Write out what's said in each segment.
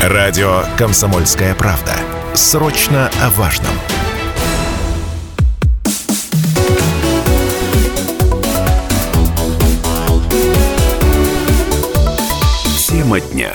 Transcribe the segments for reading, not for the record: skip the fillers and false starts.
Радио «Комсомольская правда». Срочно о важном. Тема дня.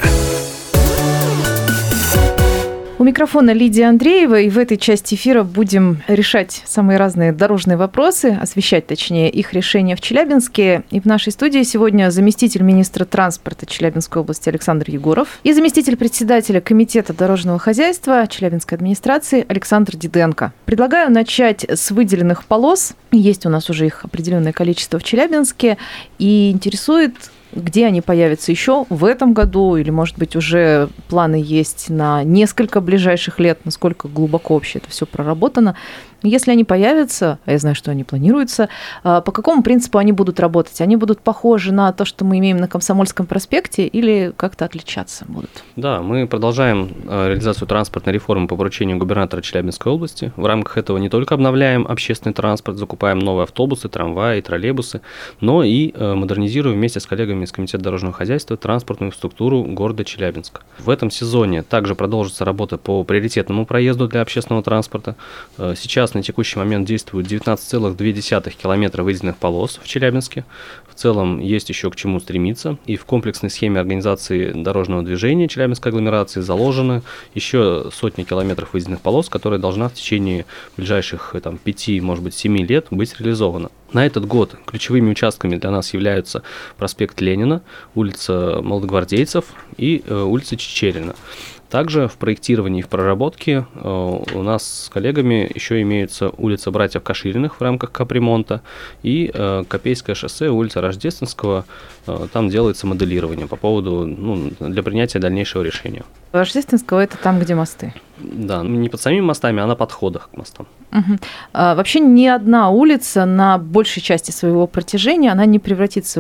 У микрофона Лидия Андреева, и в этой части эфира будем решать самые разные дорожные вопросы, освещать, точнее, их решения в Челябинске. И в нашей студии сегодня заместитель министра транспорта Челябинской области Александр Егоров и заместитель председателя Комитета дорожного хозяйства Челябинской администрации Александр Диденко. Предлагаю начать с выделенных полос. Есть у нас уже их определенное количество в Челябинске, и интересует, где они появятся еще в этом году, или, может быть, уже планы есть на несколько ближайших лет, насколько глубоко вообще это все проработано. Если они появятся, а я знаю, что они планируются, по какому принципу они будут работать? Они будут похожи на то, что мы имеем на Комсомольском проспекте, или как-то отличаться будут? Да, мы продолжаем реализацию транспортной реформы по поручению губернатора Челябинской области. В рамках этого не только обновляем общественный транспорт, закупаем новые автобусы, трамваи, троллейбусы, но и модернизируем вместе с коллегами из Комитета дорожного хозяйства транспортную инфраструктуру города Челябинска. В этом сезоне также продолжится работа по приоритетному проезду для общественного транспорта. Сейчас на текущий момент действует 19,2 километра выделенных полос в Челябинске. В целом есть еще к чему стремиться. И в комплексной схеме организации дорожного движения Челябинской агломерации заложено еще сотни километров выделенных полос, которые должна в течение ближайших 5, может быть, 7 лет быть реализована. На этот год ключевыми участками для нас являются проспект Ленина, улица Молодогвардейцев и улица Чичерина. Также в проектировании и в проработке у нас с коллегами еще имеются улица Братьев Кашириных в рамках капремонта и Копейское шоссе, улица Рождественского. Там делается моделирование по поводу для принятия дальнейшего решения. Рождественского – это там, где мосты? Да, не под самими мостами, а на подходах к мостам. Угу. Вообще ни одна улица на большей части своего протяжения, она не превратится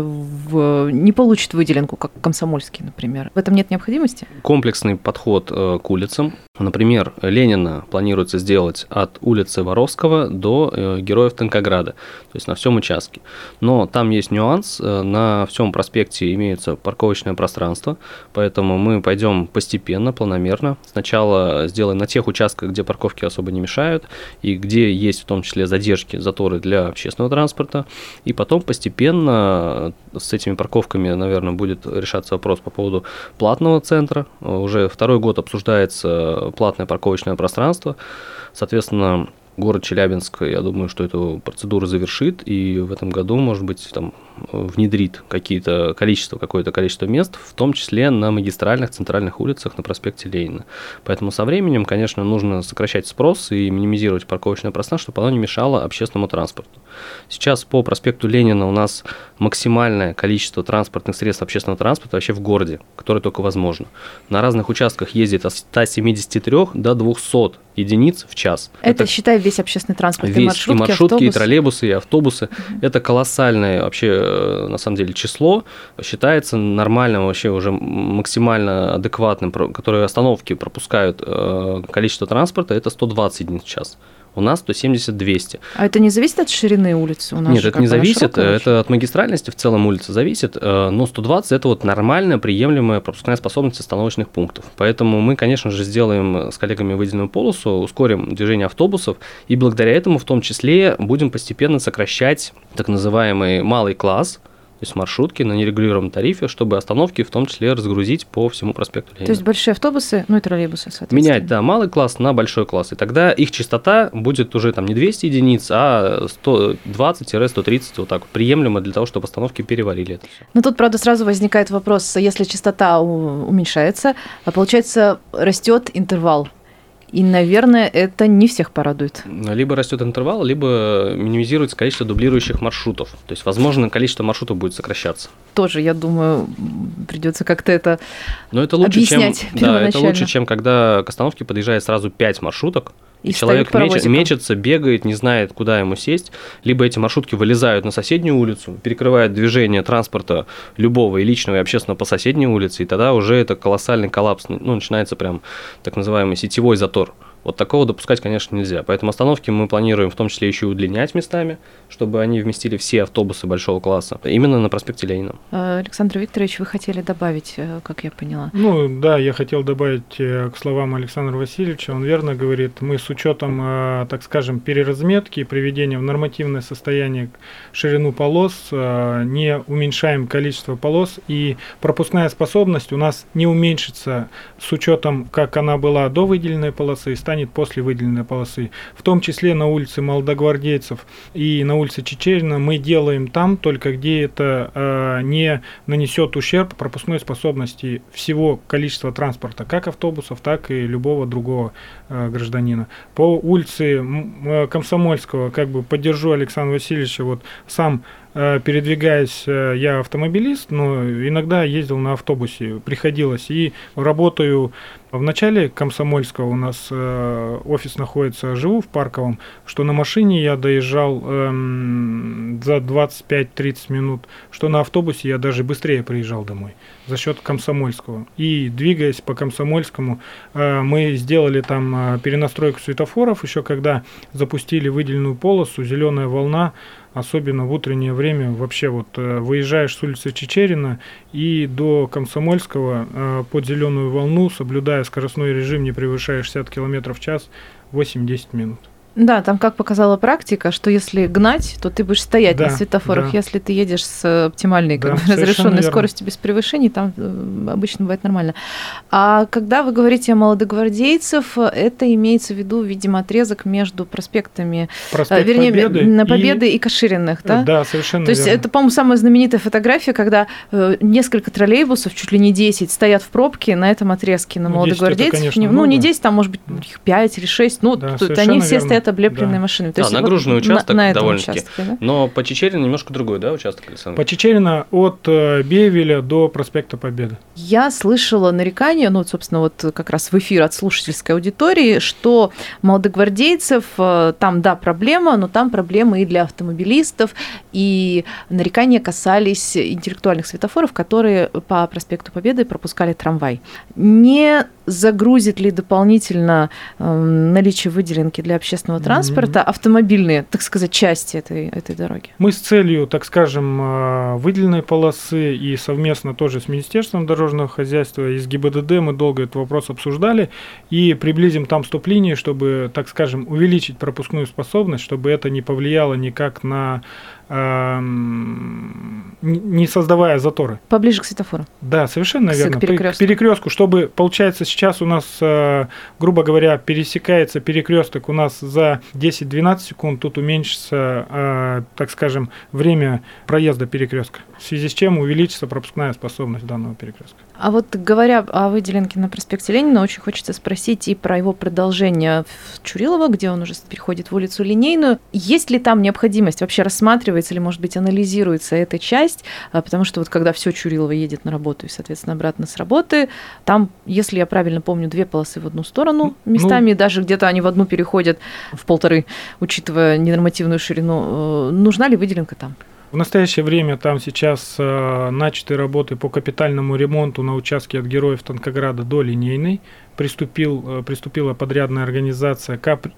не получит выделенку, как Комсомольский, например. В этом нет необходимости? Комплексный подход к улицам. Например, Ленина планируется сделать от улицы Воровского до Героев Танкограда, то есть на всем участке. Но там есть нюанс, на всем проспекте имеется парковочное пространство, поэтому мы пойдем постепенно, планомерно. Сначала сделаем на тех участках, где парковки особо не мешают, и где есть в том числе задержки, заторы для общественного транспорта, и потом постепенно с этими парковками, наверное, будет решаться вопрос по поводу платного центра. Уже второй год обсуждается платное парковочное пространство, соответственно, город Челябинск, я думаю, что эту процедуру завершит и в этом году, может быть, внедрит какое-то количество мест, в том числе на магистральных центральных улицах на проспекте Ленина. Поэтому со временем, конечно, нужно сокращать спрос и минимизировать парковочное пространство, чтобы оно не мешало общественному транспорту. Сейчас по проспекту Ленина у нас максимальное количество транспортных средств общественного транспорта вообще в городе, которое только возможно. На разных участках ездит от 173 до 200 единиц в час. Это считай весь общественный транспорт, весь, и маршрутки, и троллейбусы, и автобусы. Это колоссальное вообще, на самом деле, число. Считается нормальным, вообще уже максимально адекватным, которые остановки пропускают количество транспорта, это 120 единиц в час. У нас 170-200. А это не зависит от ширины улицы? Нет, это не зависит, это от магистральности в целом улицы зависит, но 120 – это нормальная, приемлемая пропускная способность остановочных пунктов. Поэтому мы, конечно же, сделаем с коллегами выделенную полосу, ускорим движение автобусов, и благодаря этому в том числе будем постепенно сокращать так называемый малый класс, то есть маршрутки на нерегулируемом тарифе, чтобы остановки в том числе разгрузить по всему проспекту Ленина. То есть большие автобусы, и троллейбусы, соответственно. Менять, малый класс на большой класс. И тогда их частота будет уже не 200 единиц, а 120-130, приемлемо для того, чтобы остановки переварили это все. Но тут, правда, сразу возникает вопрос, если частота уменьшается, получается, растет интервал. И, наверное, это не всех порадует. Либо растет интервал, либо минимизируется количество дублирующих маршрутов. То есть, возможно, количество маршрутов будет сокращаться. Тоже, я думаю, придется как-то это объяснять первоначально. Это лучше, чем когда к остановке подъезжает сразу 5 маршруток, и человек мечется, бегает, не знает, куда ему сесть. Либо эти маршрутки вылезают на соседнюю улицу, перекрывают движение транспорта любого, и личного, и общественного по соседней улице, и тогда уже это колоссальный коллапс. Начинается прям так называемый сетевой затор. Вот такого допускать, конечно, нельзя. Поэтому остановки мы планируем в том числе еще и удлинять местами, чтобы они вместили все автобусы большого класса, именно на проспекте Ленина. Александр Викторович, вы хотели добавить, как я поняла? Ну да, я хотел добавить к словам Александра Васильевича. Он верно говорит, мы с учетом, так скажем, переразметки и приведения в нормативное состояние ширину полос, не уменьшаем количество полос, и пропускная способность у нас не уменьшится с учетом, как она была до выделенной полосы, станет после выделенной полосы. В том числе на улице Молодогвардейцев и на улице Чичерина мы делаем там, только где это не нанесет ущерб пропускной способности всего количества транспорта, как автобусов, так и любого другого гражданина. По улице Комсомольского как бы поддержу Александра Васильевича, вот сам передвигаясь, я автомобилист, но иногда ездил на автобусе, приходилось, и работаю в начале Комсомольского, у нас офис находится, живу в Парковом, что на машине я доезжал за 25-30 минут, что на автобусе я даже быстрее приезжал домой за счет Комсомольского. И двигаясь по Комсомольскому, мы сделали там перенастройку светофоров, еще когда запустили выделенную полосу, зеленая волна, особенно в утреннее время, вообще вот выезжаешь с улицы Чичерина и до Комсомольского под зеленую волну, соблюдая скоростной режим, не превышая 60 км в час, 8-10 минут. Да, там, как показала практика, что если гнать, то ты будешь стоять на светофорах. Да. Если ты едешь с оптимальной разрешенной скоростью без превышений, там обычно бывает нормально. А когда вы говорите о молодогвардейцев, это имеется в виду, видимо, отрезок между проспектами, Победы и Кашириных, да? Да, совершенно верно. То есть это, по-моему, самая знаменитая фотография, когда несколько троллейбусов, чуть ли не 10, стоят в пробке на этом отрезке на молодогвардейцев. Не 10, там, может быть, 5 или 6, они все стоят облепленные машины. То есть нагруженный участок на довольно-таки. Да? Но по Чичерина немножко другой, да, участок, Александр? По Чичерина от Бевеля до проспекта Победы. Я слышала нарекания, собственно, вот как раз в эфир от слушательской аудитории, что молодогвардейцев там, да, проблема, но там проблемы и для автомобилистов, и нарекания касались интеллектуальных светофоров, которые по проспекту Победы пропускали трамвай. Не загрузит ли дополнительно наличие выделенки для общественного транспорта автомобильные, так сказать, части этой дороги? Мы с целью, так скажем, выделенной полосы и совместно тоже с Министерством дорожного хозяйства и с ГИБДД мы долго этот вопрос обсуждали и приблизим там стоп-линии, чтобы, так скажем, увеличить пропускную способность, чтобы это не повлияло никак на не создавая заторы. Поближе к светофору. Да, совершенно верно. К перекрестку, чтобы, получается, сейчас у нас, грубо говоря, пересекается перекресток у нас за 10-12 секунд, тут уменьшится, так скажем, время проезда перекрестка, в связи с чем увеличится пропускная способность данного перекрестка. А вот говоря о выделенке на проспекте Ленина, очень хочется спросить и про его продолжение в Чурилово, где он уже переходит в улицу Линейную. Есть ли там необходимость, вообще рассматривается или, может быть, анализируется эта часть? Потому что вот когда все Чурилово едет на работу и, соответственно, обратно с работы, там, если я правильно помню, 2 полосы в одну сторону местами, даже где-то они в одну переходят в 1,5, учитывая ненормативную ширину. Нужна ли выделенка там? В настоящее время там сейчас начаты работы по капитальному ремонту на участке от Героев Танкограда до Линейной. Приступила подрядная организация.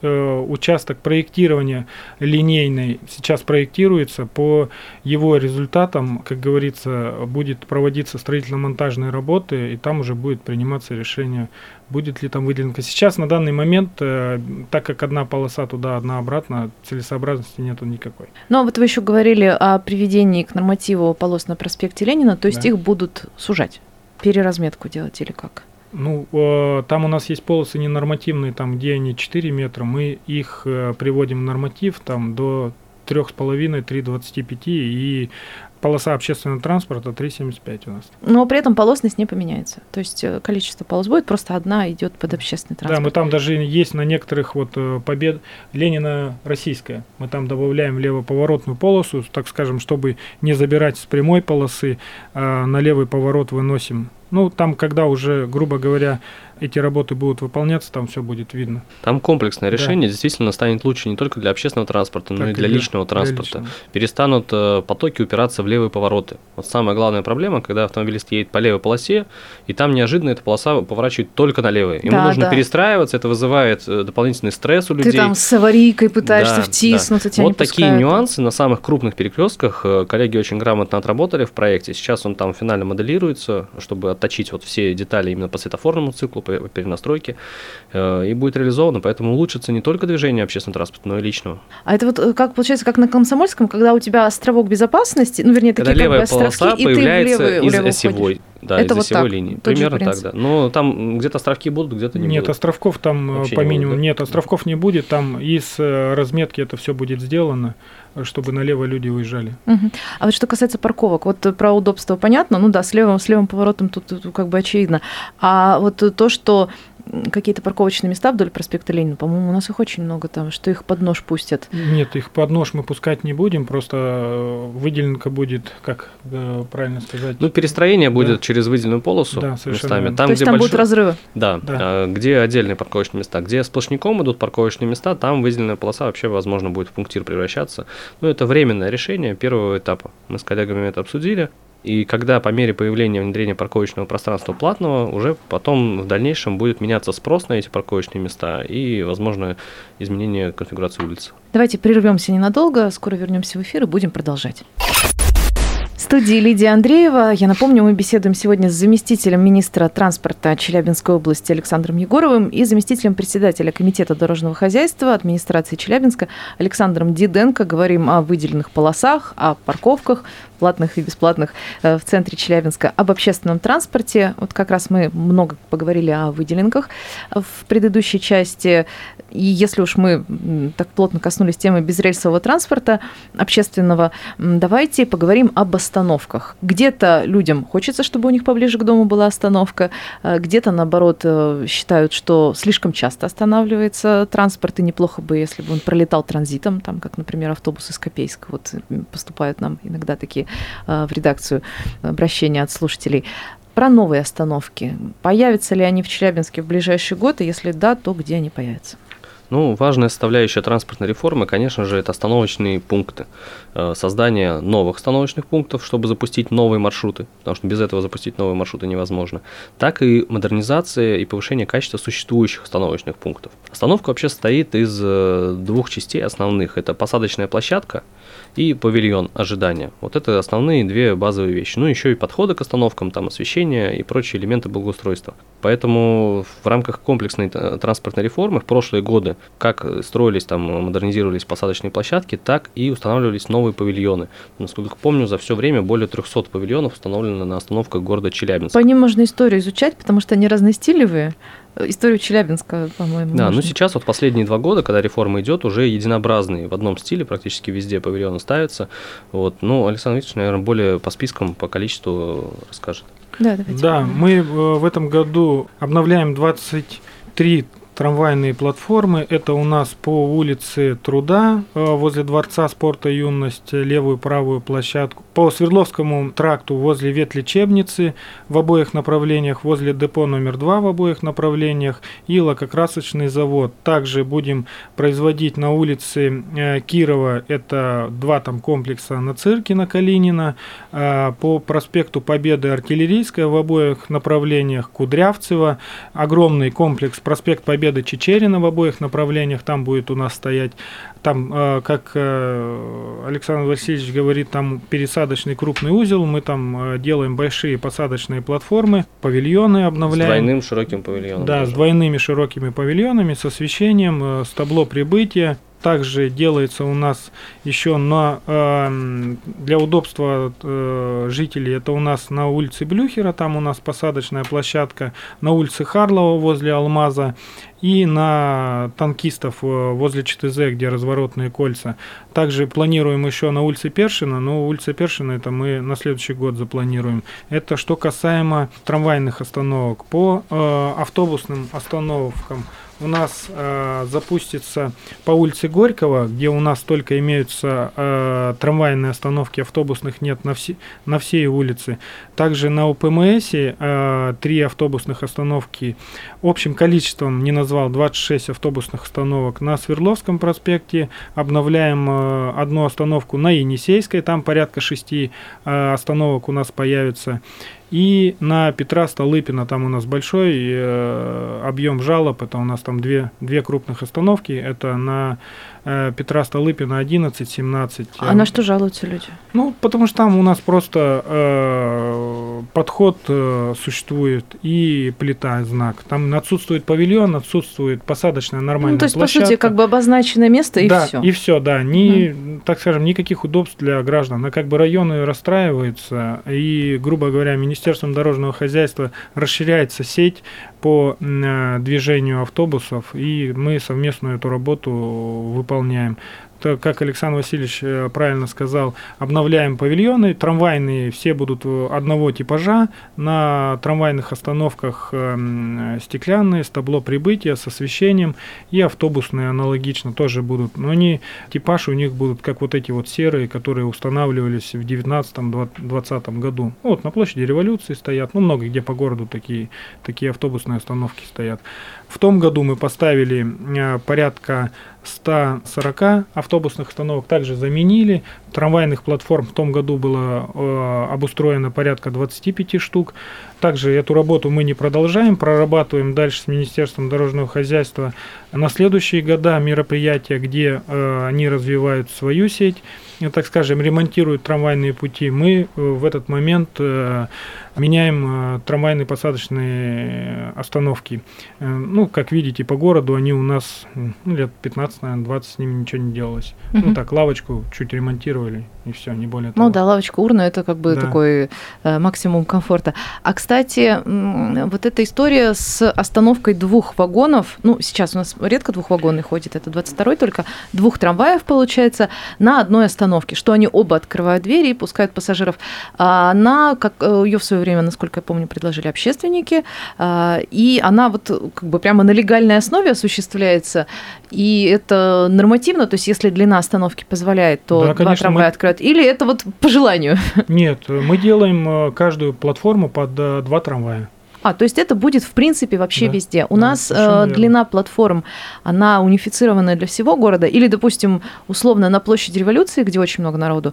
Участок проектирования Линейной сейчас проектируется. По его результатам, как говорится, будет проводиться строительно-монтажные работы, и там уже будет приниматься решение, будет ли там выделенка. Сейчас на данный момент, так как одна полоса туда, одна обратно, целесообразности нету никакой. Ну, а вот вы еще говорили о приведении к нормативу полос на проспекте Ленина, то есть их будут сужать, переразметку делать или как? Там у нас есть полосы ненормативные, там, где они 4 метра, мы их приводим в норматив там, до 3,5, 3,25, и полоса общественного транспорта 3,75 у нас. Но при этом полосность не поменяется. То есть количество полос будет, просто одна идет под общественный транспорт. Да, мы там даже есть на некоторых Побед Ленина российская. Мы там добавляем левоповоротную полосу, так скажем, чтобы не забирать с прямой полосы, на левый поворот выносим. Там, когда уже, грубо говоря, эти работы будут выполняться, там все будет видно. Там комплексное решение действительно станет лучше не только для общественного транспорта, но и для личного транспорта. Перестанут потоки упираться в левые повороты. Вот самая главная проблема, когда автомобилист едет по левой полосе, и там неожиданно эта полоса поворачивает только налево. Ему нужно перестраиваться, это вызывает дополнительный стресс у людей. Ты там с аварийкой пытаешься втиснуться, тебя не Вот такие нюансы на самых крупных перекрестках коллеги очень грамотно отработали в проекте. Сейчас он там финально моделируется, чтобы отточить вот все детали именно по светофорному циклу, по перенастройке, и будет реализовано. Поэтому улучшится не только движение общественного транспорта, но и личного. А это вот как получается, как на Комсомольском, когда у тебя островок безопасности, ну, вернее, такие когда как бы островки, и ты появляется из осевой. Да, это из вот осевой линии. Примерно так, да. Но там где-то островки будут, где-то не будут. Нет, островков там вообще по минимуму нет, островков не будет. Там из разметки это все будет сделано, чтобы налево люди уезжали. А вот что касается парковок, вот про удобство понятно, ну да, с левым поворотом тут как бы очевидно. А вот то, что какие-то парковочные места вдоль проспекта Ленина, по-моему, у нас их очень много там, что их под нож пустят. Нет, их под нож мы пускать не будем, просто выделенка будет, как правильно сказать. Ну, перестроение будет через выделенную полосу местами. Там, то есть там будут разрывы? Да, где отдельные парковочные места. Где сплошняком идут парковочные места, там выделенная полоса вообще, возможно, будет в пунктир превращаться. Но это временное решение первого этапа. Мы с коллегами это обсудили. И когда по мере появления внедрения парковочного пространства платного, уже потом в дальнейшем будет меняться спрос на эти парковочные места и, возможно, изменение конфигурации улицы. Давайте прервемся ненадолго, скоро вернемся в эфир и будем продолжать. В студии Лидия Андреева. Я напомню, мы беседуем сегодня с заместителем министра транспорта Челябинской области Александром Егоровым и заместителем председателя Комитета дорожного хозяйства администрации Челябинска Александром Диденко. Говорим о выделенных полосах, о парковках, платных и бесплатных в центре Челябинска, об общественном транспорте. Вот как раз мы много поговорили о выделенках в предыдущей части. И если уж мы так плотно коснулись темы безрельсового транспорта общественного, давайте поговорим об остановках. Где-то людям хочется, чтобы у них поближе к дому была остановка, где-то, наоборот, считают, что слишком часто останавливается транспорт, и неплохо бы, если бы он пролетал транзитом, там, как, например, автобус из Копейска. Вот поступают нам иногда такие в редакцию обращения от слушателей. Про новые остановки. Появятся ли они в Челябинске в ближайший год, и если да, то где они появятся? Ну, важная составляющая транспортной реформы, конечно же, это остановочные пункты. Создание новых остановочных пунктов, чтобы запустить новые маршруты, потому что без этого запустить новые маршруты невозможно. Так и модернизация и повышение качества существующих остановочных пунктов. Остановка вообще состоит из двух частей основных. Это посадочная площадка и павильон ожидания. Вот это основные две базовые вещи. Ну, еще и подходы к остановкам, там освещение и прочие элементы благоустройства. Поэтому в рамках комплексной транспортной реформы в прошлые годы как строились, там, модернизировались посадочные площадки, так и устанавливались новые павильоны. Насколько помню, за все время более 300 павильонов установлено на остановках города Челябинска. По ним можно историю изучать, потому что они разностилевые. Историю Челябинска, по-моему. Да, можно. Ну сейчас вот последние 2 года, когда реформа идет, уже единообразные в одном стиле, практически везде павильоны ставятся. Вот. Ну, Александр Викторович, наверное, более по спискам, по количеству расскажет. Да, давайте. Да, мы в этом году обновляем 23 трамвайные платформы. Это у нас по улице Труда, возле Дворца спорта и юности, левую и правую площадку. По Свердловскому тракту возле ветлечебницы в обоих направлениях, возле депо номер 2 в обоих направлениях и лакокрасочный завод. Также будем производить на улице Кирова, это 2 там комплекса на Цирке, на Калинина. По проспекту Победы Артиллерийская в обоих направлениях, Кудрявцево. Огромный комплекс проспект Победы Чечерина в обоих направлениях, там будет у нас стоять, там, как Александр Васильевич говорит, там пересадочный крупный узел, мы там делаем большие посадочные платформы, павильоны обновляем. С двойным широким павильоном. Да, даже. С двойными широкими павильонами, с освещением, с табло прибытия. Также делается у нас еще для удобства жителей, это у нас на улице Блюхера, там у нас посадочная площадка, на улице Харлова возле Алмаза и на танкистов возле ЧТЗ, где разворотные кольца. Также планируем еще на улице Першина, но улица Першина это мы на следующий год запланируем. Это что касаемо трамвайных остановок. По автобусным остановкам у нас запустится по улице Горького, где у нас только имеются трамвайные остановки, автобусных нет на всей улице. Также на УПМСе 3 автобусных остановки. Общим количеством, не назвал, 26 автобусных остановок на Свердловском проспекте. Обновляем одну остановку на Енисейской, там порядка 6 остановок у нас появится. И на Петра Столыпина, там у нас большой объем жалоб, это у нас там две крупных остановки, это на Петра Столыпина 11, 17. А на что жалуются люди? Ну, потому что там у нас просто подход существует и плита, знак. Там отсутствует павильон, отсутствует посадочная нормальная площадка. То есть, по сути, как бы обозначенное место и да, все. И все, да. Так скажем, никаких удобств для граждан. А как бы районы расстраиваются, и, грубо говоря, Министерством дорожного хозяйства расширяется сеть по движению автобусов, и мы совместную эту работу выполняем. Как Александр Васильевич правильно сказал, обновляем павильоны, трамвайные все будут одного типажа, на трамвайных остановках стеклянные, с табло прибытия, с освещением, и автобусные аналогично тоже будут, но они, типаж у них будут как вот эти вот серые, которые устанавливались в 19-20 году. Вот на площади Революции стоят, ну много где по городу такие автобусные остановки стоят. В том году мы поставили порядка 140 автобусных остановок, также заменили. Трамвайных платформ в том году было обустроено порядка 25 штук. Также эту работу мы не продолжаем, прорабатываем дальше с Министерством дорожного хозяйства на следующие года мероприятия, где они развивают свою сеть, так скажем, ремонтируют трамвайные пути. Мы в этот момент меняем трамвайные посадочные остановки. Ну, как видите, по городу они у нас лет 15, наверное, 20 с ними ничего не делалось. Ну, так, лавочку чуть ремонтировали, и все, не более того. Ну да, лавочка, урна – это как бы такой максимум комфорта. А, кстати, вот эта история с остановкой 2 вагонов, ну, сейчас у нас редко 2-вагонный ходит, это 22-й только, 2 трамваев, получается, на одной остановке, что они оба открывают двери и пускают пассажиров. Она, как ее в свое время, насколько я помню, предложили общественники, и она вот как бы прямо на легальной основе осуществляется, и это нормативно, то есть если длина остановки позволяет, то да, 2 трамвая открывают, или это вот по желанию? Нет, мы делаем каждую платформу под 2 трамвая. То есть это будет, в принципе, вообще везде. У нас длина платформ, она унифицированная для всего города, или, допустим, условно на площади Революции, где очень много народу,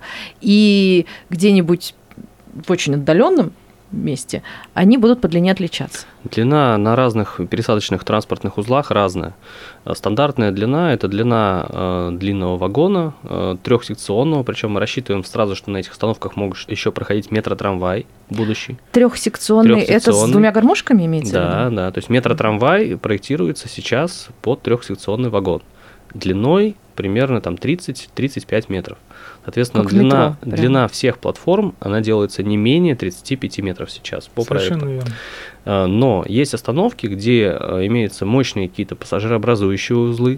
и где-нибудь в очень отдаленном месте, они будут по длине отличаться. Длина на разных пересадочных транспортных узлах разная. Стандартная длина – это длина длинного вагона, 3-секционного, причем мы рассчитываем сразу, что на этих остановках могут еще проходить метротрамвай будущий. 3-секционный – это с 2 гармошками имеется в виду? Да, то есть метротрамвай проектируется сейчас под 3-секционный вагон. Длиной примерно там 30-35 метров. Соответственно, длина всех платформ, она делается не менее 35 метров сейчас по проекту. Но есть остановки, где имеются мощные какие-то пассажирообразующие узлы,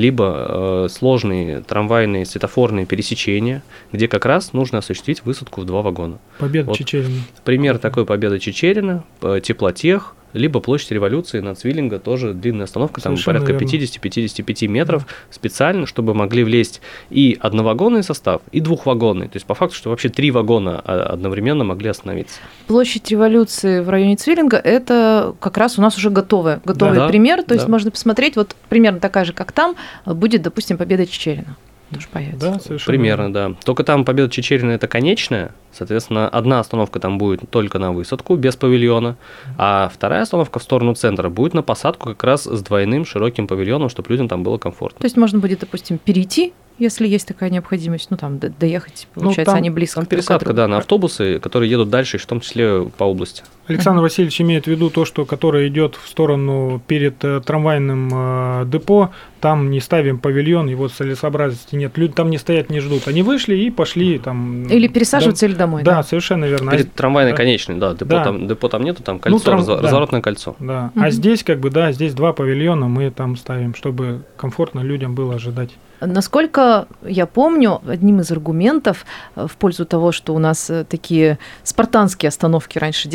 либо сложные трамвайные светофорные пересечения, где как раз нужно осуществить высадку в 2 вагона. Победа Чичерина. Пример такой Победа Чичерина, Теплотех, либо площадь Революции на Цвиллинга, тоже длинная остановка, там порядка 50-55 метров, специально, чтобы могли влезть и одновагонный состав, и 2-вагонный. То есть по факту, что вообще 3 вагона одновременно могли остановиться. Площадь Революции в районе Цвиллинга – это как раз у нас уже готовый пример, то есть можно посмотреть, вот примерно такая же, как там, будет, допустим, Победа Чичерина. Тоже появится. Да, совершенно. Примерно, да. Только там Победа Чичерина – это конечная, соответственно, одна остановка там будет только на высадку, без павильона, а вторая остановка в сторону центра будет на посадку как раз с двойным широким павильоном, чтобы людям там было комфортно. То есть можно будет, допустим, перейти, если есть такая необходимость, ну там доехать, получается, они близко. Там пересадка, да, на автобусы, которые едут дальше, в том числе по области. Александр Васильевич имеет в виду то, что которое идет в сторону перед трамвайным депо, там не ставим павильон, его целесообразности нет. Люди там не стоят, не ждут. Они вышли и пошли там. Или пересаживаться, или домой. Да, совершенно верно. Перед трамвайной конечной, да, депо там нету, там кольцо, разворотное кольцо. Да. А здесь как бы, да, здесь 2 павильона мы там ставим, чтобы комфортно людям было ожидать. Насколько я помню, одним из аргументов в пользу того, что у нас такие спартанские остановки раньше делали,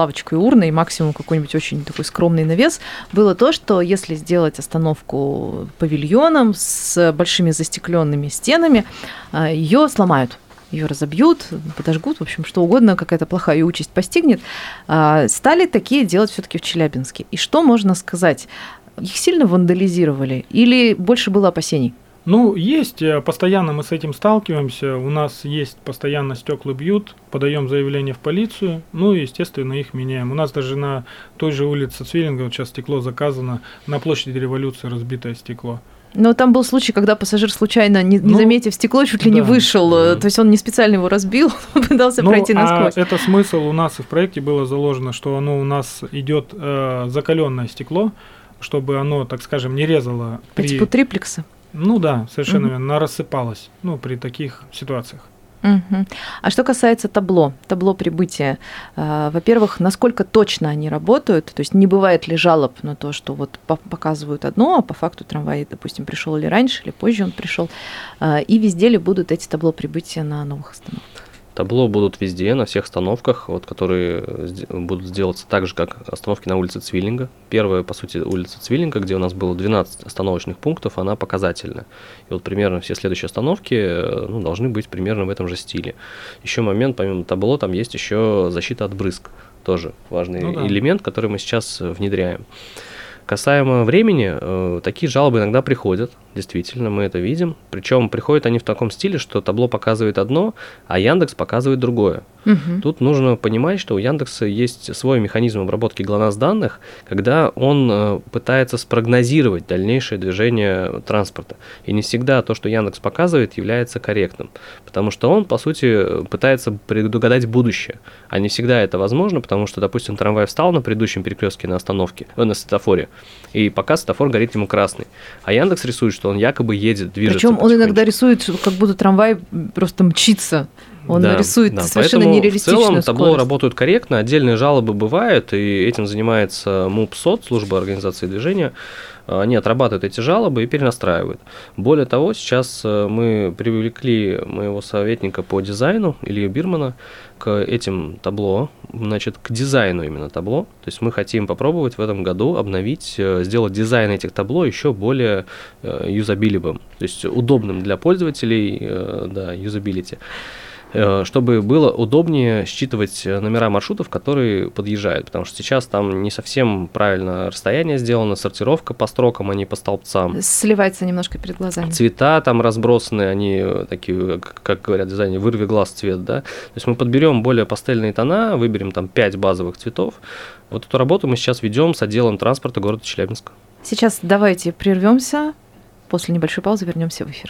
лавочка и урна, и максимум какой-нибудь очень такой скромный навес, было то, что если сделать остановку павильоном с большими застекленными стенами, ее сломают. Ее разобьют, подожгут, в общем, что угодно, какая-то плохая участь постигнет. Стали такие делать все-таки в Челябинске. И что можно сказать? Их сильно вандализировали или больше было опасений? Ну, есть, постоянно мы с этим сталкиваемся, у нас есть постоянно стекла бьют, подаем заявление в полицию, ну и, естественно, их меняем. У нас даже на той же улице Цвиллинга, вот сейчас стекло заказано, на площади Революции разбитое стекло. Но там был случай, когда пассажир случайно, не заметив стекло, чуть ли не вышел. То есть он не специально его разбил, пытался пройти насквозь. Это смысл у нас и в проекте было заложено, что оно у нас идет закаленное стекло, чтобы оно, так скажем, не резало. По типу триплекса? Ну да, совершенно верно, она рассыпалась, при таких ситуациях. А что касается табло прибытия, во-первых, насколько точно они работают, то есть не бывает ли жалоб на то, что вот показывают одно, а по факту трамвай, допустим, пришел или раньше, или позже он пришел, и везде ли будут эти табло прибытия на новых остановках? Табло будут везде, на всех остановках, которые будут сделаться так же, как остановки на улице Цвиллинга. Первая, по сути, улица Цвиллинга, где у нас было 12 остановочных пунктов, она показательная. И вот примерно все следующие остановки должны быть примерно в этом же стиле. Еще момент, помимо табло, там есть еще защита от брызг. Тоже важный элемент, который мы сейчас внедряем. Касаемо времени, такие жалобы иногда приходят, действительно, мы это видим. Причем приходят они в таком стиле, что табло показывает одно, а Яндекс показывает другое. Тут нужно понимать, что у Яндекса есть свой механизм обработки ГЛОНАСС данных, когда он пытается спрогнозировать дальнейшее движение транспорта. И не всегда то, что Яндекс показывает, является корректным, потому что он, по сути, пытается предугадать будущее. А не всегда это возможно, потому что, допустим, трамвай встал на предыдущем перекрестке на остановке, на светофоре, и пока светофор горит ему красный. А Яндекс рисует, что он якобы едет, движется. Причем он иногда рисует, как будто трамвай просто мчится. Он рисует совершенно нереалистичную скорость. В целом табло работают корректно, отдельные жалобы бывают, и этим занимается МУП-СОД, служба организации движения. Они отрабатывают эти жалобы и перенастраивают. Более того, сейчас мы привлекли моего советника по дизайну, Илью Бирмана, к этим табло, к дизайну именно табло. То есть мы хотим попробовать в этом году обновить, сделать дизайн этих табло еще более юзабилибым, то есть удобным для пользователей, юзабилити, чтобы было удобнее считывать номера маршрутов, которые подъезжают, потому что сейчас там не совсем правильно расстояние сделано, сортировка по строкам, а не по столбцам. Сливается немножко перед глазами. Цвета там разбросаны, они такие, как говорят в дизайне, вырви глаз цвет, да. То есть мы подберем более пастельные тона, выберем там 5 базовых цветов. Вот эту работу мы сейчас ведем с отделом транспорта города Челябинска. Сейчас давайте прервемся, после небольшой паузы вернемся в эфир.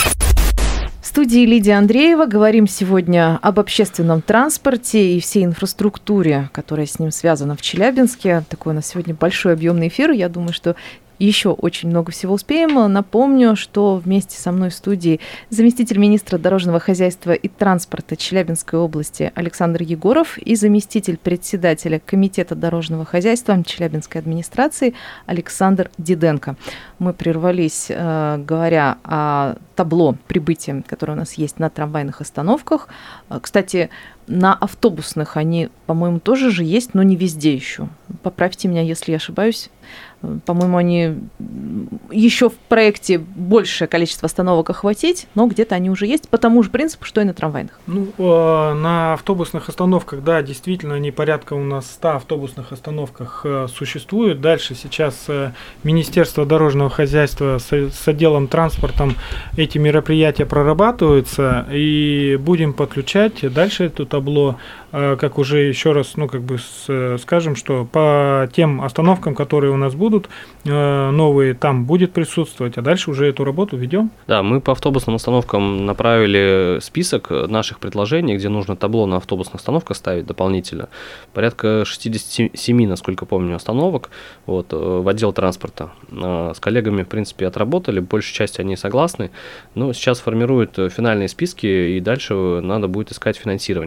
В студии Лидия Андреева. Говорим сегодня об общественном транспорте и всей инфраструктуре, которая с ним связана в Челябинске. Такой у нас сегодня большой объемный эфир. Я думаю, что еще очень много всего успеем. Напомню, что вместе со мной в студии заместитель министра дорожного хозяйства и транспорта Челябинской области Александр Егоров и заместитель председателя Комитета дорожного хозяйства Челябинской администрации Александр Диденко. Мы прервались, говоря о табло прибытия, которое у нас есть на трамвайных остановках. Кстати, на автобусных они, по-моему, тоже же есть, но не везде еще. Поправьте меня, если я ошибаюсь. По-моему, они еще в проекте большее количество остановок охватить, но где-то они уже есть по тому же принципу, что и на трамвайных. На автобусных остановках, да, действительно, они порядка у нас 100 автобусных остановках существуют. Дальше сейчас Министерство дорожного хозяйства с отделом транспортом эти мероприятия прорабатываются, и будем подключать дальше это табло, как уже еще раз, скажем, что по тем остановкам, которые у нас будут, новые, там будет присутствовать, а дальше уже эту работу ведем. Да, мы по автобусным остановкам направили список наших предложений, где нужно табло на автобусных остановках ставить дополнительно. Порядка 67, насколько помню, остановок в отдел транспорта. С коллегами, в принципе, отработали, большей части они согласны, но сейчас формируют финальные списки, и дальше надо будет искать финансирование.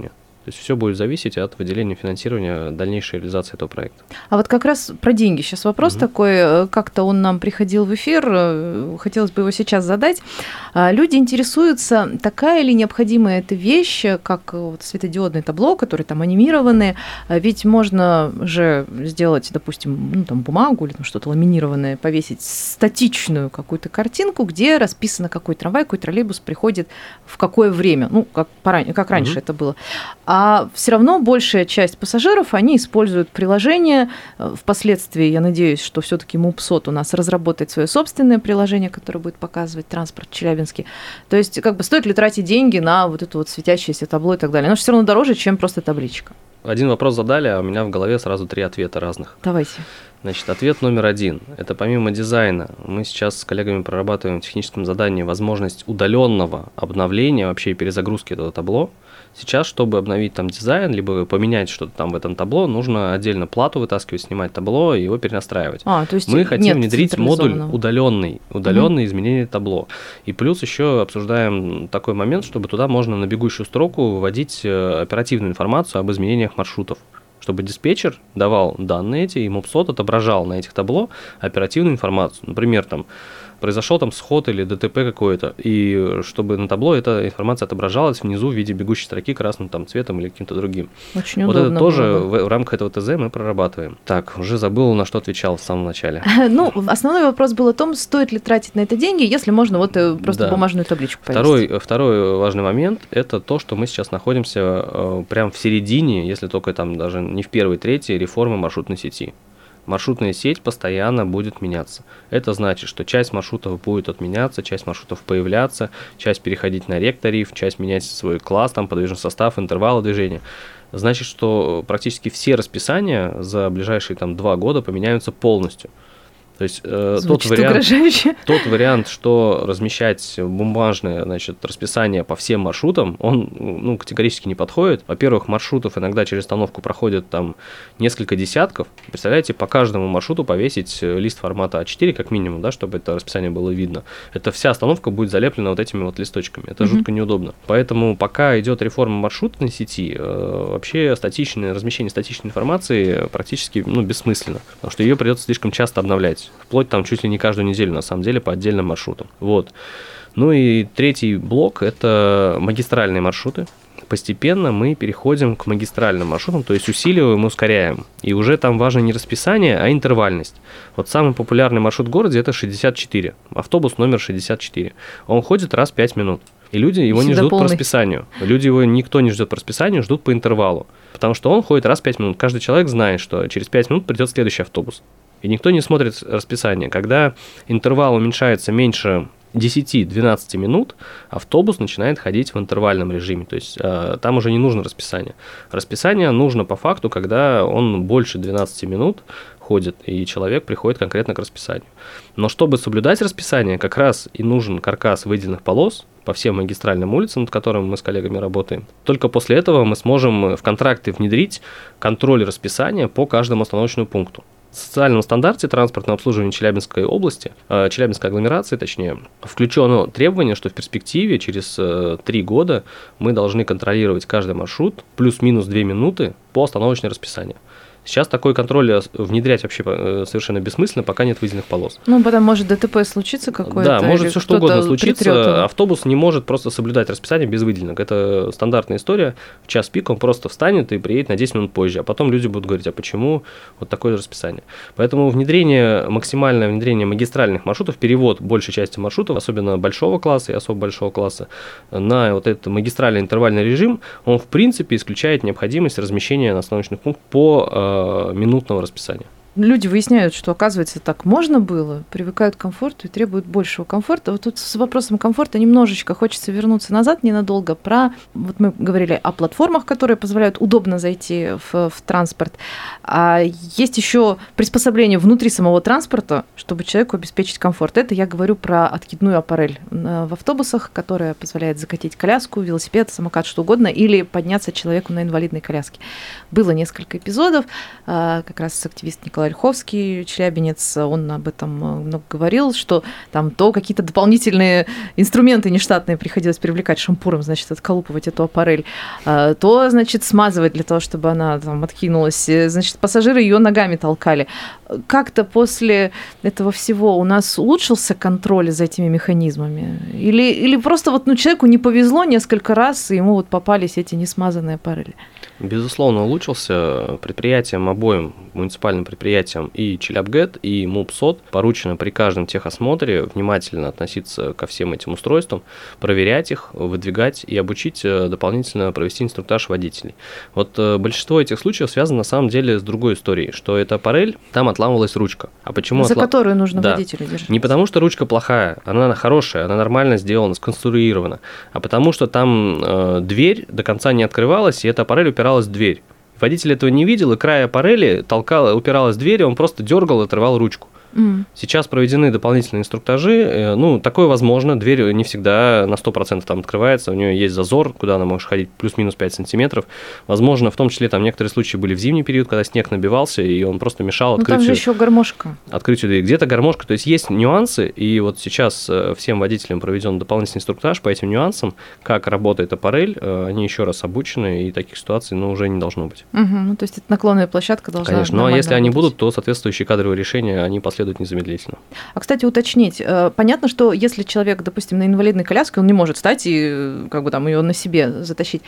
То есть все будет зависеть от выделения финансирования дальнейшей реализации этого проекта. А вот как раз про деньги сейчас вопрос такой, как-то он нам приходил в эфир, хотелось бы его сейчас задать. Люди интересуются, такая ли необходимая эта вещь, как вот светодиодное табло, которые там анимированы, ведь можно же сделать, допустим, ну, там бумагу или там что-то ламинированное, повесить статичную какую-то картинку, где расписано, какой трамвай, какой троллейбус приходит в какое время, ну, как раньше это было. А все равно большая часть пассажиров, они используют приложение. Впоследствии, я надеюсь, что все-таки МУПСОТ у нас разработает свое собственное приложение, которое будет показывать транспорт в Челябинске. То есть, как бы стоит ли тратить деньги на вот это вот светящееся табло и так далее? Оно же все равно дороже, чем просто табличка. Один вопрос задали, а у меня в голове сразу 3 ответа разных. Давайте. Значит, ответ номер 1. Это помимо дизайна, мы сейчас с коллегами прорабатываем в техническом задании возможность удаленного обновления, вообще перезагрузки этого табло. Сейчас, чтобы обновить там дизайн, либо поменять что-то там в этом табло, нужно отдельно плату вытаскивать, снимать табло и его перенастраивать. То есть мы хотим внедрить модуль удаленный изменение табло. И плюс еще обсуждаем такой момент, чтобы туда можно на бегущую строку вводить оперативную информацию об изменениях маршрутов, чтобы диспетчер давал данные эти, и МУПСОТ отображал на этих табло оперативную информацию. Например, там произошел там сход или ДТП какое-то, и чтобы на табло эта информация отображалась внизу в виде бегущей строки красным там цветом или каким-то другим. Очень вот удобно. Это тоже в рамках этого ТЗ мы прорабатываем. Так, уже забыл, на что отвечал в самом начале. Ну, основной вопрос был о том, стоит ли тратить на это деньги, если можно вот просто бумажную табличку повесить. Второй важный момент – это то, что мы сейчас находимся прямо в середине, если только там даже не в первой трети реформы маршрутной сети. Маршрутная сеть постоянно будет меняться. Это значит, что часть маршрутов будет отменяться, часть маршрутов появляться, часть переходить на ректариф, часть менять свой класс, там, подвижный состав, интервалы движения. Значит, что практически все расписания за ближайшие там 2 года поменяются полностью. То есть тот вариант, что размещать бумажное, значит, расписание по всем маршрутам, он категорически не подходит. Во-первых, маршрутов иногда через остановку проходит там несколько десятков. Представляете, по каждому маршруту повесить лист формата А4 как минимум, да, чтобы это расписание было видно. Это вся остановка будет залеплена вот этими вот листочками. Это жутко неудобно. Поэтому пока идет реформа маршрутной сети, вообще размещение статичной информации практически бессмысленно, потому что ее придется слишком часто обновлять. Вплоть там чуть ли не каждую неделю, на самом деле, по отдельным маршрутам. Вот. Ну и третий блок – это магистральные маршруты. Постепенно мы переходим к магистральным маршрутам, то есть усиливаем и ускоряем. И уже там важно не расписание, а интервальность. Вот самый популярный маршрут в городе – это 64, автобус номер 64. Он ходит раз в 5 минут. И люди его не ждут по расписанию. Люди его никто не ждет по расписанию, ждут по интервалу. Потому что он ходит раз в 5 минут. Каждый человек знает, что через 5 минут придет следующий автобус. И никто не смотрит расписание. Когда интервал уменьшается меньше 10-12 минут, автобус начинает ходить в интервальном режиме. То есть там уже не нужно расписание. Расписание нужно по факту, когда он больше 12 минут ходит, и человек приходит конкретно к расписанию. Но чтобы соблюдать расписание, как раз и нужен каркас выделенных полос по всем магистральным улицам, над которыми мы с коллегами работаем. Только после этого мы сможем в контракты внедрить контроль расписания по каждому остановочному пункту. В социальном стандарте транспортного обслуживания Челябинской области, Челябинской агломерации точнее, включено требование, что в перспективе через 3 года мы должны контролировать каждый маршрут плюс-минус 2 минуты по остановочному расписанию. Сейчас такой контроль внедрять вообще совершенно бессмысленно, пока нет выделенных полос. Потом может ДТП случиться какое-то. Да, может все что угодно случиться. Автобус не может просто соблюдать расписание без выделенок. Это стандартная история. В час пик он просто встанет и приедет на 10 минут позже. А потом люди будут говорить, а почему вот такое расписание? Поэтому максимальное внедрение магистральных маршрутов, перевод большей части маршрутов, особенно большого класса и особо большого класса, на вот этот магистральный интервальный режим, он в принципе исключает необходимость размещения на остановочных пунктах по минутного расписания. Люди выясняют, что, оказывается, так можно было, привыкают к комфорту и требуют большего комфорта. Вот тут с вопросом комфорта немножечко хочется вернуться назад ненадолго. Вот мы говорили о платформах, которые позволяют удобно зайти в транспорт. А есть еще приспособление внутри самого транспорта, чтобы человеку обеспечить комфорт. Это я говорю про откидную аппарель в автобусах, которая позволяет закатить коляску, велосипед, самокат, что угодно, или подняться человеку на инвалидной коляске. Было несколько эпизодов, как раз активист Николай Ольховский, челябинец, он об этом много говорил, что там то какие-то дополнительные инструменты нештатные приходилось привлекать, шампуром, значит, отколупывать эту аппарель, то, значит, смазывать для того, чтобы она там откинулась, значит, пассажиры ее ногами толкали. Как-то после этого всего у нас улучшился контроль за этими механизмами? Или просто вот, человеку не повезло несколько раз, и ему вот попались эти несмазанные аппарели? Безусловно, улучшился. Предприятиям, обоим муниципальным предприятиям, и Челябгэт, и МУПСОТ, поручено при каждом техосмотре внимательно относиться ко всем этим устройствам, проверять их, выдвигать и обучить дополнительно провести инструктаж водителей. Вот большинство этих случаев связано на самом деле с другой историей, что эта аппарель, там отламывалась ручка. А почему за которую нужно водителю держать? Не потому, что ручка плохая, она хорошая, она нормально сделана, сконструирована, а потому, что там дверь до конца не открывалась, и эта аппарель упиралась в дверь. Водитель этого не видел, и край аппарели упиралась в дверь, и он просто дергал и отрывал ручку. Сейчас проведены дополнительные инструктажи. Такое возможно. Дверь не всегда на 100% там открывается. У нее есть зазор, куда она может ходить плюс-минус 5 сантиметров. Возможно, в том числе там некоторые случаи были в зимний период, когда снег набивался, и он просто мешал открытию. Там же еще гармошка. Открытию двери. Где-то гармошка. То есть есть нюансы, и вот сейчас всем водителям проведен дополнительный инструктаж по этим нюансам, как работает аппарель. Они еще раз обучены, и таких ситуаций уже не должно быть. То есть это наклонная площадка должна. Конечно. А если они будут, то соответствующие кадровые решения, они последуют незамедлительно. А, кстати, уточнить. Понятно, что если человек, допустим, на инвалидной коляске, он не может встать и ее на себе затащить.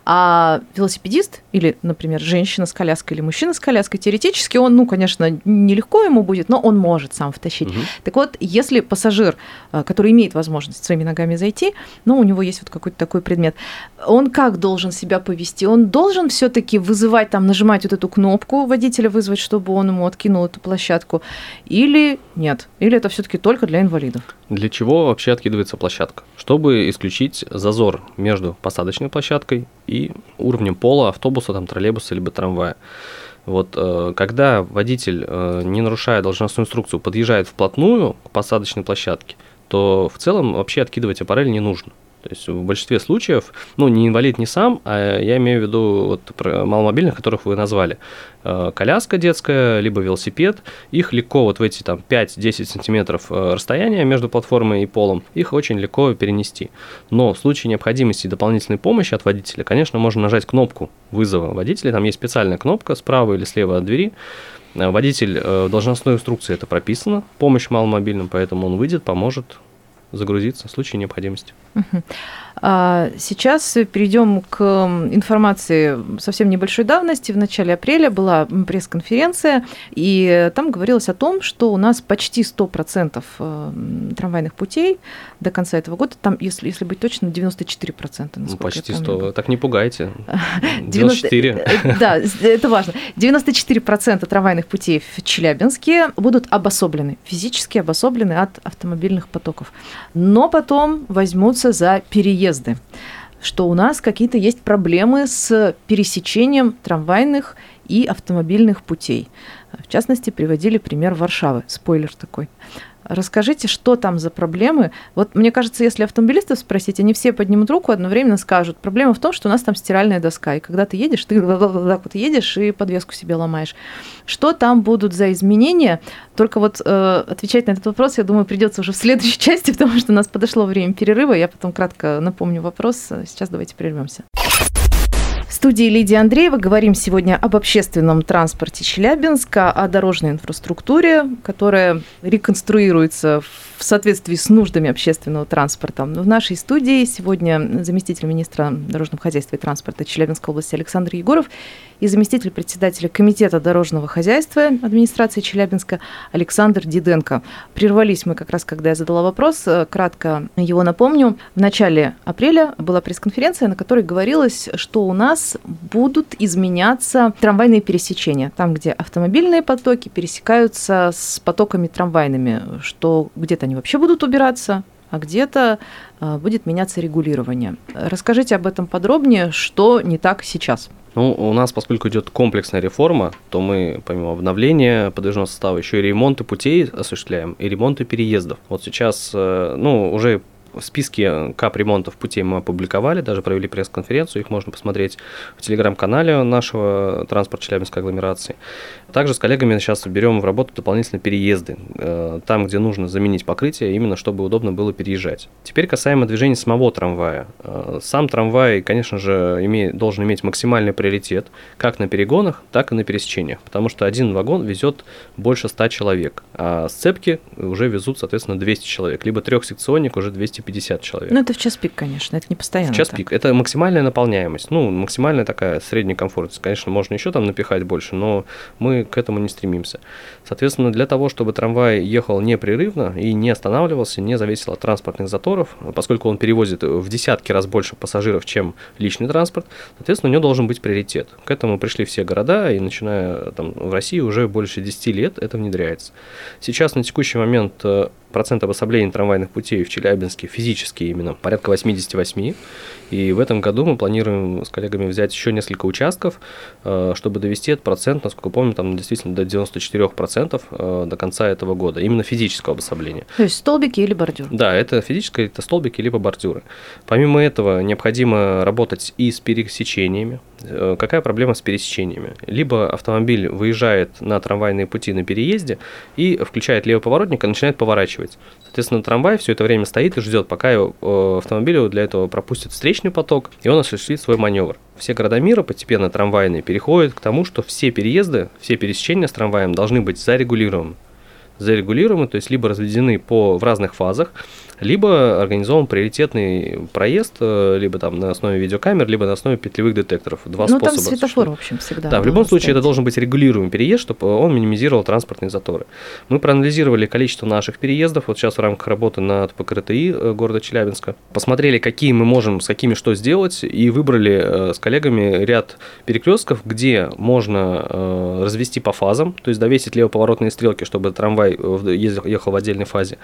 А велосипедист или, например, женщина с коляской или мужчина с коляской, теоретически он, конечно, нелегко ему будет, но он может сам втащить. Так вот, если пассажир, который имеет возможность своими ногами зайти, но у него есть вот какой-то такой предмет, он как должен себя повести? Он должен все-таки вызывать, нажимать вот эту кнопку водителя, вызвать, чтобы он ему откинул эту площадку? Или нет? Или это все-таки только для инвалидов? Для чего вообще откидывается площадка? Чтобы исключить зазор между посадочной площадкой и уровнем пола автобуса, троллейбуса либо трамвая. Вот когда водитель, не нарушая должностную инструкцию, подъезжает вплотную к посадочной площадке, то в целом вообще откидывать аппарель не нужно. То есть в большинстве случаев, не инвалид не сам, а я имею в виду про маломобильных, которых вы назвали, коляска детская, либо велосипед, их легко в эти 5-10 сантиметров расстояния между платформой и полом, их очень легко перенести. Но в случае необходимости дополнительной помощи от водителя, конечно, можно нажать кнопку вызова водителя, там есть специальная кнопка справа или слева от двери. Водитель в должностной инструкции это прописано, помощь маломобильным, поэтому он выйдет, поможет загрузиться в случае необходимости. Сейчас перейдем к информации совсем небольшой давности. В начале апреля была пресс-конференция, и там говорилось о том, что у нас почти 100% трамвайных путей до конца этого года, там, если быть точным, 94%. Почти 100%. Так не пугайте. 94%. Да, это важно. 94% трамвайных путей в Челябинске будут обособлены, физически обособлены от автомобильных потоков. Но потом возьмутся за переезды, что у нас какие-то есть проблемы с пересечением трамвайных и автомобильных путей. В частности, приводили пример Варшавы. Спойлер такой. Расскажите, что там за проблемы? Вот мне кажется, если автомобилистов спросить, они все поднимут руку, одновременно скажут. Проблема в том, что у нас там стиральная доска, и когда ты едешь, ты так вот едешь и подвеску себе ломаешь. Что там будут за изменения? Только отвечать на этот вопрос, я думаю, придется уже в следующей части, потому что у нас подошло время перерыва. Я потом кратко напомню вопрос. Сейчас давайте прервемся. В студии Лидия Андреева говорим сегодня об общественном транспорте Челябинска, о дорожной инфраструктуре, которая реконструируется в соответствии с нуждами общественного транспорта. В нашей студии сегодня заместитель министра дорожного хозяйства и транспорта Челябинской области Александр Егоров и заместитель председателя Комитета дорожного хозяйства администрации Челябинска Александр Диденко. Прервались мы как раз, когда я задала вопрос, кратко его напомню. В начале апреля была пресс-конференция, на которой говорилось, что у нас будут изменяться трамвайные пересечения, там, где автомобильные потоки пересекаются с потоками трамвайными, что где-то они вообще будут убираться, а где-то будет меняться регулирование. Расскажите об этом подробнее, что не так сейчас. У нас, поскольку идет комплексная реформа, то мы, помимо обновления подвижного состава, еще и ремонты путей осуществляем, и ремонты переездов. Вот сейчас, уже Списки капремонтов путей мы опубликовали, даже провели пресс-конференцию, их можно посмотреть в телеграм-канале нашего «Транспорт Челябинской агломерации». Также с коллегами сейчас берем в работу дополнительно переезды, там, где нужно заменить покрытие, именно чтобы удобно было переезжать. Теперь касаемо движения самого трамвая. Сам трамвай, конечно же, должен иметь максимальный приоритет как на перегонах, так и на пересечениях, потому что один вагон везет больше 100 человек, а сцепки уже везут, соответственно, 200 человек, либо трехсекционник уже 250 человек. Ну, это в час пик, конечно, это не постоянно. В час пик. Это максимальная наполняемость, максимальная такая средняя комфортность. Конечно, можно еще там напихать больше, но мы к этому не стремимся. Соответственно, для того, чтобы трамвай ехал непрерывно и не останавливался, не зависел от транспортных заторов, поскольку он перевозит в десятки раз больше пассажиров, чем личный транспорт, соответственно, у него должен быть приоритет. К этому пришли все города, и начиная в России уже больше 10 лет это внедряется. Сейчас на текущий момент процент обособления трамвайных путей в Челябинске физически именно порядка 88%. И в этом году мы планируем с коллегами взять еще несколько участков, чтобы довести этот процент, насколько помню, там действительно до 94% до конца этого года. Именно физического обособления. То есть столбики или бордюры? Да, это физическое, это столбики либо бордюры. Помимо этого необходимо работать и с пересечениями. Какая проблема с пересечениями? Либо автомобиль выезжает на трамвайные пути на переезде и включает левый поворотник и начинает поворачивать. Соответственно, трамвай все это время стоит и ждет, пока автомобилю для этого пропустят встречный поток, и он осуществит свой маневр. Все города мира постепенно трамвайные переходят к тому, что все переезды, все пересечения с трамваем должны быть зарегулированы, то есть либо разведены в разных фазах, либо организован приоритетный проезд, либо там на основе видеокамер, либо на основе петлевых детекторов. Два способа. Там светофор, в общем, всегда. Да, в любом случае это должен быть регулируемый переезд, чтобы он минимизировал транспортные заторы. Мы проанализировали количество наших переездов, вот сейчас в рамках работы над ПКРТИ города Челябинска, посмотрели, какие мы можем, с какими что сделать, и выбрали с коллегами ряд перекрестков, где можно развести по фазам, то есть довесить левоповоротные стрелки, чтобы трамвай ехал в отдельной фазе,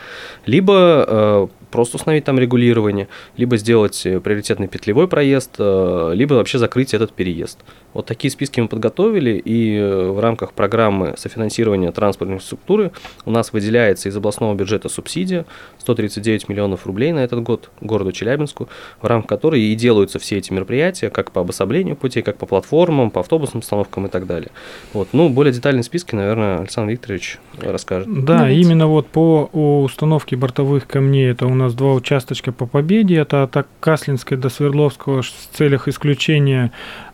либо просто установить там регулирование, либо сделать приоритетный петлевой проезд, либо вообще закрыть этот переезд. Вот такие списки мы подготовили, и в рамках программы софинансирования транспортной инфраструктуры у нас выделяется из областного бюджета субсидия 139 миллионов рублей на этот год городу Челябинску, в рамках которой и делаются все эти мероприятия, как по обособлению путей, как по платформам, по автобусным остановкам и так далее. Более детальные списки, наверное, Александр Викторович расскажет. Да, именно по установке бортовых камней, это у нас 2 участочка по Победе, это от Каслинской до Свердловского в целях исключения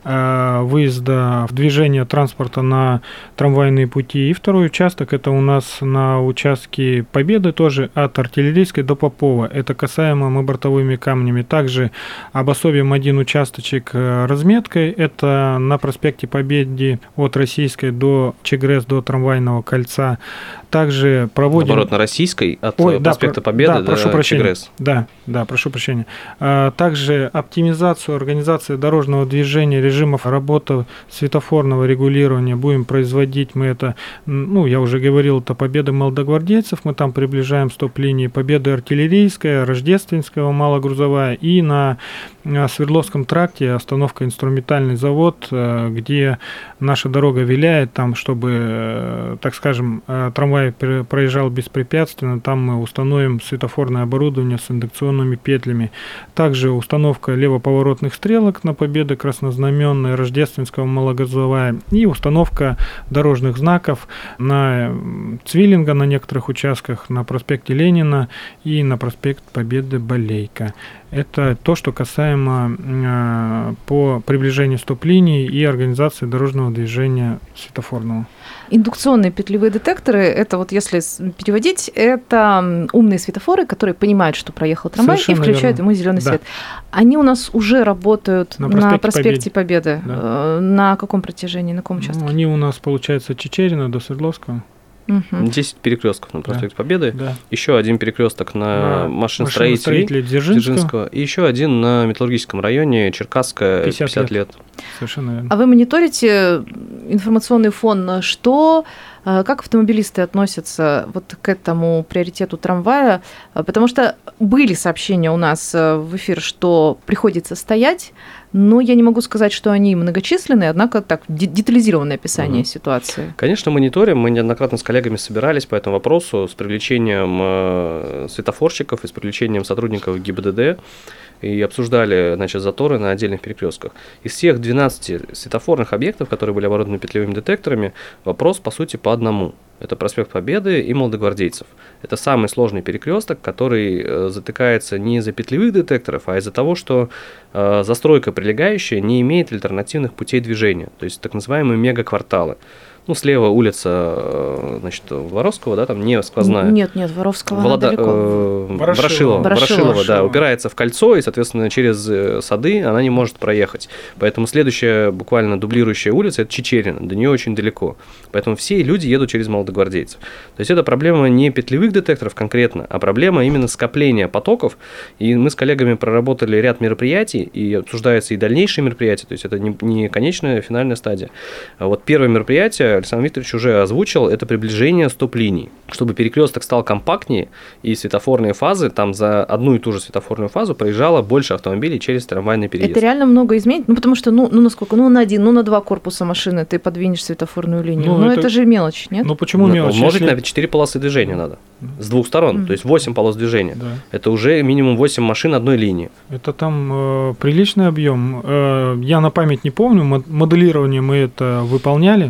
выезда в движение транспорта на трамвайные пути. И второй участок, это у нас на участке Победы, тоже от Артиллерийской до Попова. Это касаемо мы бортовыми камнями. Также обособим один участочек разметкой. Это на проспекте Победы от Российской до Чегрес, до трамвайного кольца. Также проводим... Наоборот, на Российской от проспекта Победы до Чегрес. Да, прошу прощения. Также оптимизацию организации дорожного движения, режимов работы светофорного регулирования будем производить. Мы это, я уже говорил, это Победы молодогвардейцев, мы там приближаем стоп-линии, Победы Артиллерийская, Рождественская малогрузовая, и на Свердловском тракте остановка Инструментальный завод, где наша дорога виляет, там, чтобы, так скажем, трамвай проезжал беспрепятственно, там мы установим светофорное оборудование с индукционными петлями. Также установка левоповоротных стрелок на Победы краснознаменная, Рождественского малогрузовая, и установка дорожных знаков на Цвиллинга на некоторых участках, на проспекте Ленина и на проспект Победы Балейка. Это то, что касаемо по приближению стоп-линий и организации дорожного движения светофорного. Индукционные петлевые детекторы, это если переводить, это умные светофоры, которые понимают, что проехал трамвай, совершенно и включают ему зеленый свет. Они у нас уже работают на проспекте Победы. Да. На каком протяжении, на каком участке? Они у нас, получается, от Чичерина до Свердловского. 10 перекрестков на проспекте Победы, еще один перекресток на машиностроителей Дзержинского, и еще один на Металлургическом районе Черкасская 50 лет. Совершенно верно. А вы мониторите информационный фон, как автомобилисты относятся к этому приоритету трамвая? Потому что были сообщения у нас в эфир, что приходится стоять, Но я не могу сказать, что они многочисленные, однако так, детализированное описание ситуации. Конечно, мониторим. Мы неоднократно с коллегами собирались по этому вопросу с привлечением светофорщиков и с привлечением сотрудников ГИБДД и обсуждали, значит, заторы на отдельных перекрестках. Из всех 12 светофорных объектов, которые были оборудованы петлевыми детекторами, вопрос, по сути, по одному. Это проспект Победы и Молодогвардейцев. Это самый сложный перекресток, который затыкается не из-за петлевых детекторов, а из-за того, что застройка прилегающая не имеет альтернативных путей движения, то есть так называемые мегакварталы. Ну, слева улица, значит, Воровского, да, там не сквозная. Нет, Воровского далеко. Ворошилова, да, упирается в кольцо, и, соответственно, через сады она не может проехать. Поэтому следующая, буквально дублирующая улица – это Чичерина, до нее очень далеко. Поэтому все люди едут через Молодогвардейцев. То есть это проблема не петлевых детекторов конкретно, а проблема именно скопления потоков. И мы с коллегами проработали ряд мероприятий, и обсуждаются и дальнейшие мероприятия, то есть это не конечная, финальная стадия. А вот первое мероприятие Александр Викторович уже озвучил, это приближение стоп-линий. Чтобы перекресток стал компактнее, и светофорные фазы, там за одну и ту же светофорную фазу проезжало больше автомобилей через трамвайный переезд. Это реально много изменить? Ну, потому что, насколько? На один, на два корпуса машины ты подвинешь светофорную линию. Это же мелочь, нет? Ну, почему мелочь? Умножить на 4 полосы движения надо. С двух сторон, то есть 8 полос движения. Да. Это уже минимум 8 машин одной линии. Это там приличный объем. Я на память не помню, моделирование мы это выполняли,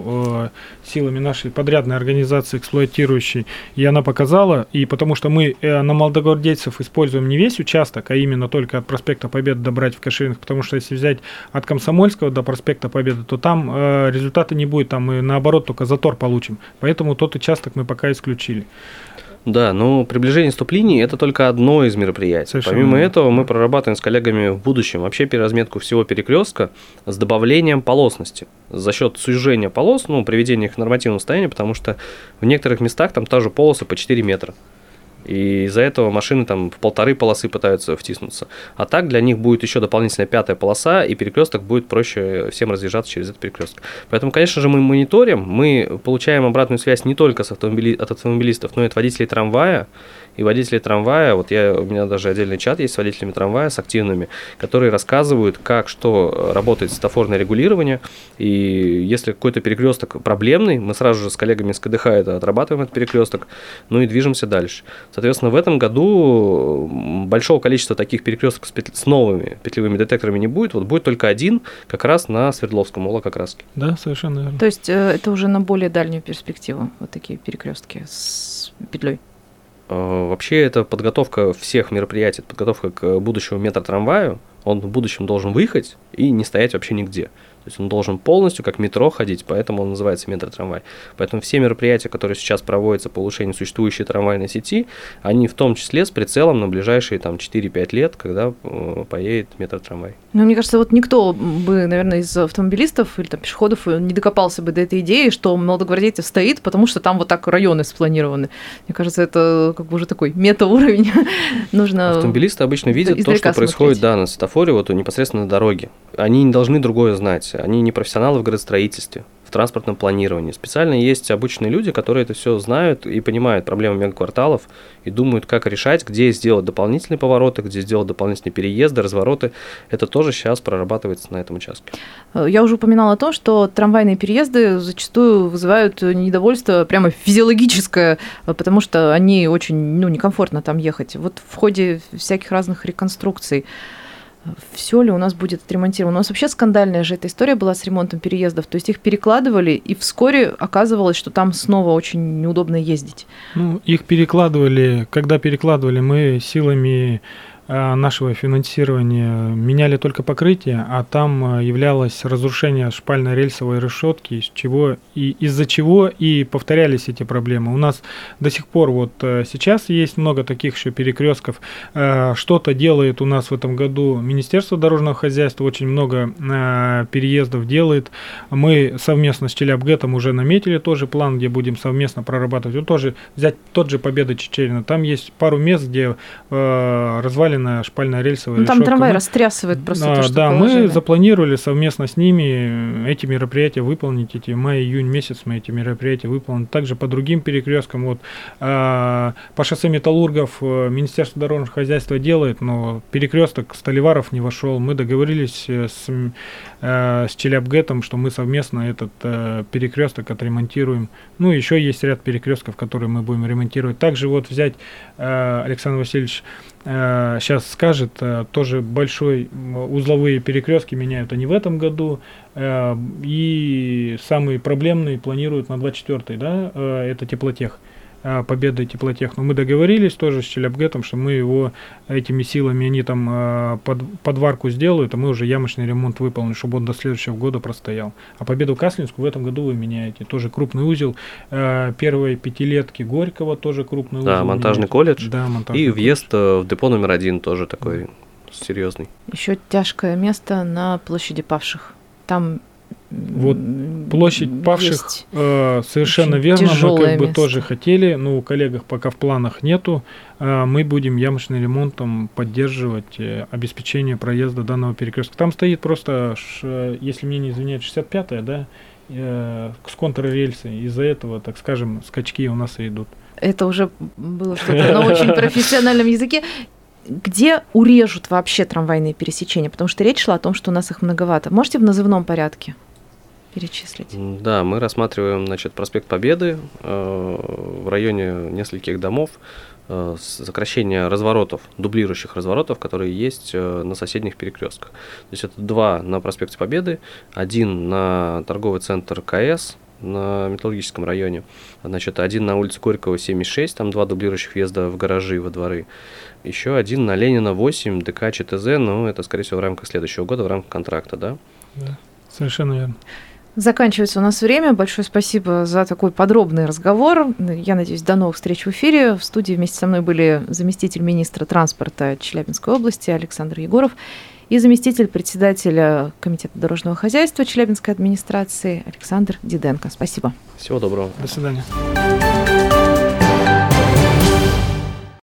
силами нашей подрядной организации, эксплуатирующей, и она показала, и потому что мы на Молодогвардейцев используем не весь участок, а именно только от проспекта Победы добрать в Каширинах, потому что если взять от Комсомольского до проспекта Победы, то там результата не будет, там мы наоборот только затор получим, поэтому тот участок мы пока исключили. Да, но приближение стоп-линии – это только одно из мероприятий. Совершенно. Помимо этого, мы прорабатываем с коллегами в будущем вообще переразметку всего перекрестка с добавлением полосности. За счет сужения полос, приведения их в нормативное состояние, потому что в некоторых местах там та же полосы по 4 метра. И из-за этого машины там в 1,5 полосы пытаются втиснуться. А так для них будет еще дополнительная 5-я полоса, и перекресток будет проще всем разъезжаться через этот перекресток. Поэтому, конечно же, мы мониторим, мы получаем обратную связь не только от автомобилистов, но и от водителей трамвая. И водители трамвая, у меня даже отдельный чат есть с водителями трамвая, с активными, которые рассказывают, как, что работает светофорное регулирование. И если какой-то перекресток проблемный, мы сразу же с коллегами с КДХ отрабатываем этот перекресток, и движемся дальше. Соответственно, в этом году большого количества таких перекрестков с новыми петлевыми детекторами не будет. Будет только один, как раз на Свердловском, Молококраске. Да, совершенно верно. То есть это уже на более дальнюю перспективу, вот такие перекрестки с петлей? Вообще, это подготовка всех мероприятий, подготовка к будущему метротрамваю. Он в будущем должен выехать и не стоять вообще нигде. То есть он должен полностью как метро ходить, поэтому он называется метротрамвай. Поэтому все мероприятия, которые сейчас проводятся по улучшению существующей трамвайной сети, они в том числе с прицелом на ближайшие 4-5 лет, когда поедет метротрамвай. Мне кажется, никто бы, наверное, из автомобилистов или пешеходов не докопался бы до этой идеи, что Молодогвардейцев стоит, потому что там так районы спланированы. Мне кажется, это уже такой метауровень. Нужно автомобилисты обычно видят то, что происходит на светофоре, непосредственно на дороге. Они не должны другое знать. Они не профессионалы в градостроительстве, в транспортном планировании. Специально есть обычные люди, которые это все знают и понимают проблемы мегакварталов и думают, как решать, где сделать дополнительные повороты, где сделать дополнительные переезды, развороты. Это тоже сейчас прорабатывается на этом участке. Я уже упоминала о том, что трамвайные переезды зачастую вызывают недовольство прямо физиологическое, потому что они очень некомфортно там ехать. В ходе всяких разных реконструкций все ли у нас будет отремонтировано? У нас вообще скандальная же эта история была с ремонтом переездов. То есть их перекладывали, и вскоре оказывалось, что там снова очень неудобно ездить. Их перекладывали, когда перекладывали, мы силами нашего финансирования меняли только покрытие, а там являлось разрушение шпально-рельсовой решетки, из-за чего и повторялись эти проблемы. У нас до сих пор сейчас есть много таких еще перекрестков. Что-то делает у нас в этом году Министерство дорожного хозяйства, очень много переездов делает. Мы совместно с Челябгетом уже наметили тоже план, где будем совместно прорабатывать. Тоже взять тот же Победа Чичерина. Там есть пару мест, где развалины завалена шпальная рельсовая решетка. Там трамвай растрясывает просто то, что да, положили. мы запланировали совместно с ними эти мероприятия выполнить, май-июнь месяц мы эти мероприятия выполним. Также по другим перекресткам, вот по шоссе Металлургов Министерство дорожного хозяйства делает, но перекресток Сталеваров не вошел. Мы договорились с Челябгетом, что мы совместно этот перекресток отремонтируем. Ну, еще есть ряд перекрестков, которые мы будем ремонтировать. Также вот взять, Александр Васильевич сейчас скажет, тоже большой узловые перекрестки меняют они в этом году, и самые проблемные планируют на 24-й, да, это теплотех. Победа теплотех. Но мы договорились тоже с Челябгетом, что мы его этими силами, они там подварку сделают, а мы уже ямочный ремонт выполним, чтобы он до следующего года простоял. А Победу Каслинскую в этом году вы меняете. Тоже крупный узел. Первой пятилетки Горького тоже крупный узел. Да, монтажный колледж. Да, монтажный и колледж. въезд в депо номер 1 тоже такой серьезный. Еще тяжкое место на площади Павших. Там вот площадь Павших совершенно верно, мы как бы тоже хотели, но у коллег пока в планах нету. Мы будем ямочным ремонтом поддерживать обеспечение проезда данного перекрестка. Там стоит просто, если мне не изменяет, 65-я, да, с контррельсы. Из-за этого, так скажем, скачки у нас и идут. Это уже было что-то на очень профессиональном языке. Где урежут вообще трамвайные пересечения? Потому что речь шла о том, что у нас их многовато. Можете в назывном порядке перечислить? Да, мы рассматриваем, значит, проспект Победы в районе нескольких домов, сокращение разворотов, дублирующих разворотов, которые есть на соседних перекрестках. То есть это 2 на проспекте Победы, 1 на торговый центр КС на Металлургическом районе, значит, 1 на улице Горького 7,6, там 2 дублирующих въезда в гаражи и во дворы, еще 1 на Ленина 8, ДК ЧТЗ, но это, скорее всего, в рамках следующего года, в рамках контракта, да? Да, совершенно верно. Заканчивается у нас время. Большое спасибо за такой подробный разговор. Я надеюсь, до новых встреч в эфире. В студии вместе со мной были заместитель министра транспорта Челябинской области Александр Егоров и заместитель председателя Комитета дорожного хозяйства Челябинской администрации Александр Диденко. Спасибо. Всего доброго. До свидания.